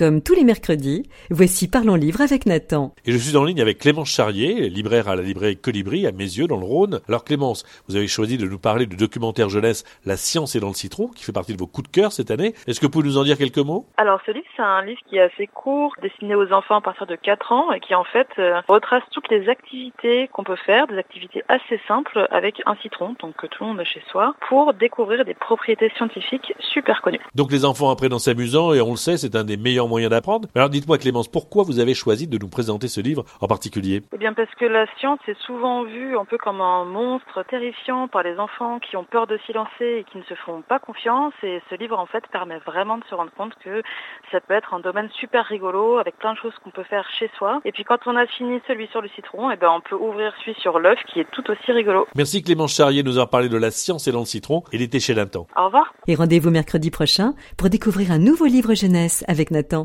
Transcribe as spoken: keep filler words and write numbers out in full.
Comme tous les mercredis, voici Parlons Livre avec Nathan. Et je suis en ligne avec Clémence Charrier, libraire à la librairie Colibri à Meyzieux dans le Rhône. Alors Clémence, vous avez choisi de nous parler du documentaire jeunesse La science est dans le citron, qui fait partie de vos coups de cœur cette année. Est-ce que vous pouvez nous en dire quelques mots ? Alors ce livre, c'est un livre qui est assez court, destiné aux enfants à partir de quatre ans et qui en fait euh, retrace toutes les activités qu'on peut faire, des activités assez simples avec un citron, donc que tout le monde a chez soi, pour découvrir des propriétés scientifiques super connues. Donc les enfants apprennent en s'amusant et on le sait, c'est un des meilleurs moyens d'apprendre. Alors dites-moi Clémence, pourquoi vous avez choisi de nous présenter ce livre en particulier ? Eh bien parce que la science est souvent vue un peu comme un monstre terrifiant par les enfants qui ont peur de s'y lancer et qui ne se font pas confiance, et ce livre en fait permet vraiment de se rendre compte que ça peut être un domaine super rigolo avec plein de choses qu'on peut faire chez soi. Et puis quand on a fini celui sur le citron, eh ben on peut ouvrir celui sur l'œuf qui est tout aussi rigolo. Merci Clémence Charrier de nous avoir parlé de La science est dans le citron et l'été chez Nathan. Au revoir. Et rendez-vous mercredi prochain pour découvrir un nouveau livre jeunesse avec Nathan.